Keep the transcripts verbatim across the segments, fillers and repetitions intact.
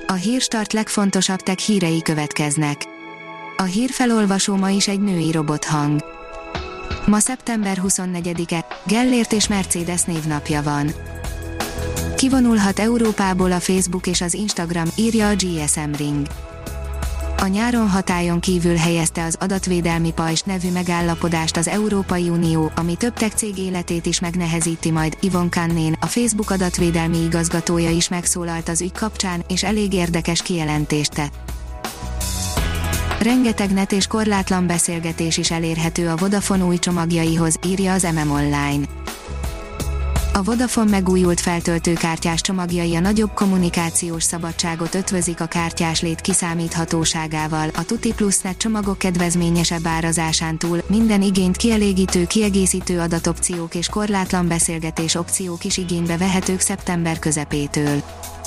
A Hírstart legfontosabb tech hírei következnek. A hírfelolvasó ma is egy női robothang. Ma szeptember huszonnegyedike, Gellért és Mercedes névnapja van. Kivonulhat Európából a Facebook és az Instagram, írja a gé es em Ring. A nyáron hatályon kívül helyezte az adatvédelmi pajzs nevű megállapodást az Európai Unió, ami több tech cég életét is megnehezíti majd. Yvonne Cannén, a Facebook adatvédelmi igazgatója is megszólalt az ügy kapcsán, és elég érdekes kijelentést tett. Rengeteg net és korlátlan beszélgetés is elérhető a Vodafone új csomagjaihoz, írja az em em Online. A Vodafone megújult feltöltőkártyás csomagjai a nagyobb kommunikációs szabadságot ötvözik a kártyás lét kiszámíthatóságával, a Tuti Plus Net csomagok kedvezményesebb árazásán túl, minden igényt kielégítő kiegészítő adatopciók és korlátlan beszélgetés opciók is igénybe vehetők szeptember közepétől.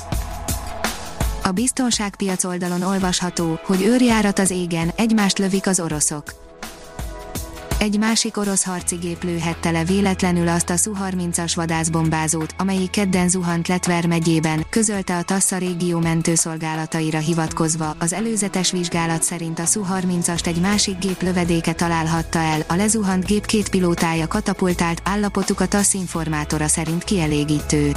A biztonságpiac oldalon olvasható, hogy őrjárat az égen, egymást lövik az oroszok. Egy másik orosz harcigép lőhette le véletlenül azt a Su harmincas vadászbombázót, amelyik kedden zuhant Letver megyében, közölte a TASZ a régió mentőszolgálataira hivatkozva. Az előzetes vizsgálat szerint a Su harmincast egy másik gép lövedéke találhatta el, a lezuhant gép két pilótája katapultált, állapotuk a TASZ informátora szerint kielégítő.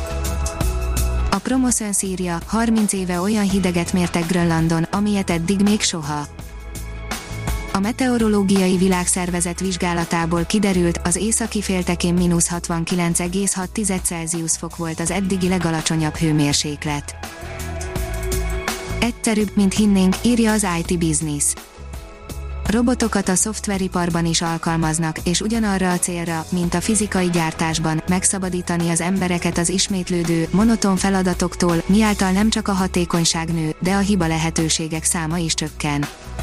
A Promoszöns írja, harminc éve olyan hideget mértek Grönlandon, amilyet eddig még soha. A Meteorológiai Világszervezet vizsgálatából kiderült, az északi féltekén mínusz hatvankilenc egész hat Celsius fok volt az eddigi legalacsonyabb hőmérséklet. Egyszerűbb, mint hinnénk, írja az i té Business. Robotokat a szoftveriparban is alkalmaznak, és ugyanarra a célra, mint a fizikai gyártásban, megszabadítani az embereket az ismétlődő, monoton feladatoktól, miáltal nem csak a hatékonyság nő, de a hiba lehetőségek száma is csökken.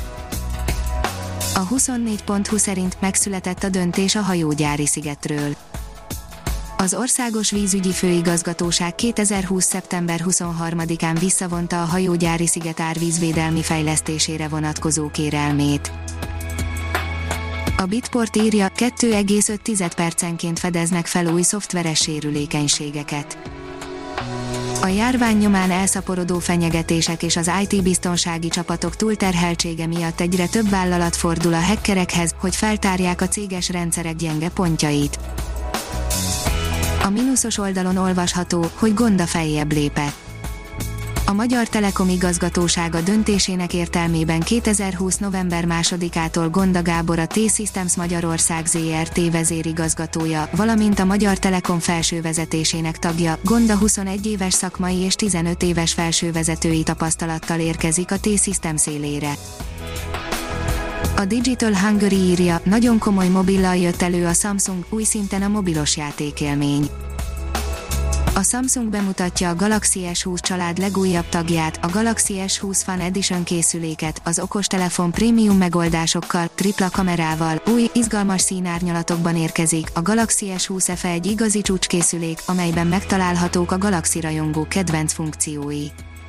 A huszonnégy pont hu szerint megszületett a döntés a hajógyári szigetről. Az Országos Vízügyi Főigazgatóság kétezer-húsz. szeptember huszonharmadikán visszavonta a hajógyári sziget árvízvédelmi fejlesztésére vonatkozó kérelmét. A Bitport írja, kettő egész öt percenként fedeznek fel új szoftveres sérülékenységeket. A járvány nyomán elszaporodó fenyegetések és az i té biztonsági csapatok túlterheltsége miatt egyre több vállalat fordul a hackerekhez, hogy feltárják a céges rendszerek gyenge pontjait. A mínuszos oldalon olvasható, hogy Gonda feljebb lépett. A Magyar Telekom igazgatósága döntésének értelmében kétezer-húsz. november másodikától Gonda Gábor a T-Systems Magyarország zé er té vezérigazgatója, valamint a Magyar Telekom felsővezetésének tagja. Gonda huszonegy éves szakmai és tizenöt éves felsővezetői tapasztalattal érkezik a T-Systems élére. A Digital Hungary írja, nagyon komoly mobillal jött elő a Samsung, új szinten a mobilos játékélmény. A Samsung bemutatja a Galaxy es húsz család legújabb tagját, a Galaxy es húsz Fan Edition készüléket, az okostelefon prémium megoldásokkal, tripla kamerával, új, izgalmas színárnyalatokban érkezik. A Galaxy es húsz ef egy igazi csúcskészülék, amelyben megtalálhatók a Galaxy rajongók kedvenc funkciói.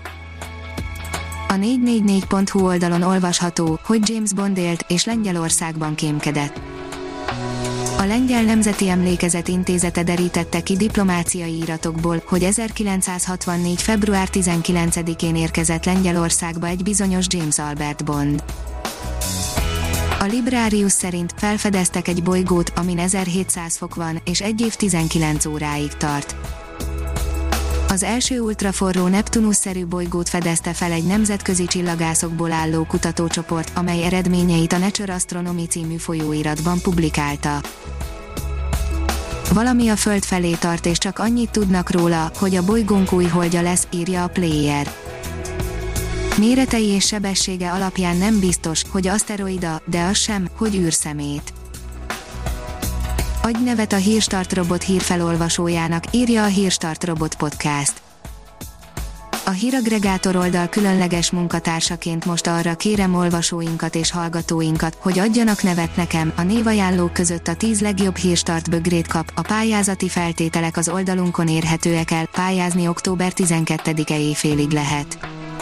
A négy négy négy pont hu oldalon olvasható, hogy James Bond élt és Lengyelországban kémkedett. A Lengyel Nemzeti Emlékezet Intézete derítette ki diplomáciai iratokból, hogy ezerkilencszázhatvannégy. február tizenkilencedikén érkezett Lengyelországba egy bizonyos James Albert Bond. A Librarius szerint felfedeztek egy bolygót, amin ezerhétszáz fok van, és egy év tizenkilenc óráig tart. Az első ultraforró Neptunus-szerű bolygót fedezte fel egy nemzetközi csillagászokból álló kutatócsoport, amely eredményeit a Nature Astronomy című folyóiratban publikálta. Valami a Föld felé tart és csak annyit tudnak róla, hogy a bolygónk új holdja lesz, írja a Player. Méretei és sebessége alapján nem biztos, hogy aszteroida, de az sem, hogy űrszemét. Adj nevet a Hírstart robot hírfelolvasójának, írja a Hírstart Robot Podcast. A híraggregátor oldal különleges munkatársaként most arra kérem olvasóinkat és hallgatóinkat, hogy adjanak nevet nekem. A névajánlók között a tíz legjobb Hírstart bögrét kap, a pályázati feltételek az oldalunkon érhetőek el, pályázni október tizenkettedike éjfélig lehet.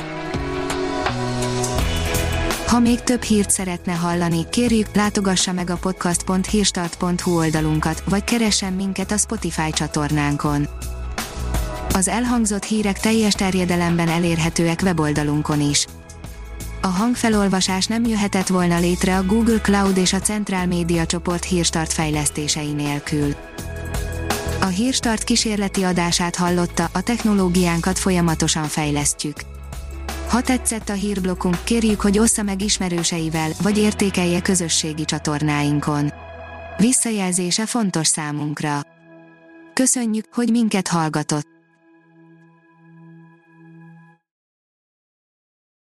Ha még több hírt szeretne hallani, kérjük, látogassa meg a podcast pont hírstart pont hu oldalunkat, vagy keressen minket a Spotify csatornánkon. Az elhangzott hírek teljes terjedelemben elérhetőek weboldalunkon is. A hangfelolvasás nem jöhetett volna létre a Google Cloud és a Central Media csoport Hírstart fejlesztései nélkül. A Hírstart kísérleti adását hallotta, a technológiánkat folyamatosan fejlesztjük. Ha tetszett a hírblokkunk, kérjük, hogy ossza meg ismerőseivel, vagy értékelje közösségi csatornáinkon. Visszajelzése fontos számunkra. Köszönjük, hogy minket hallgatott!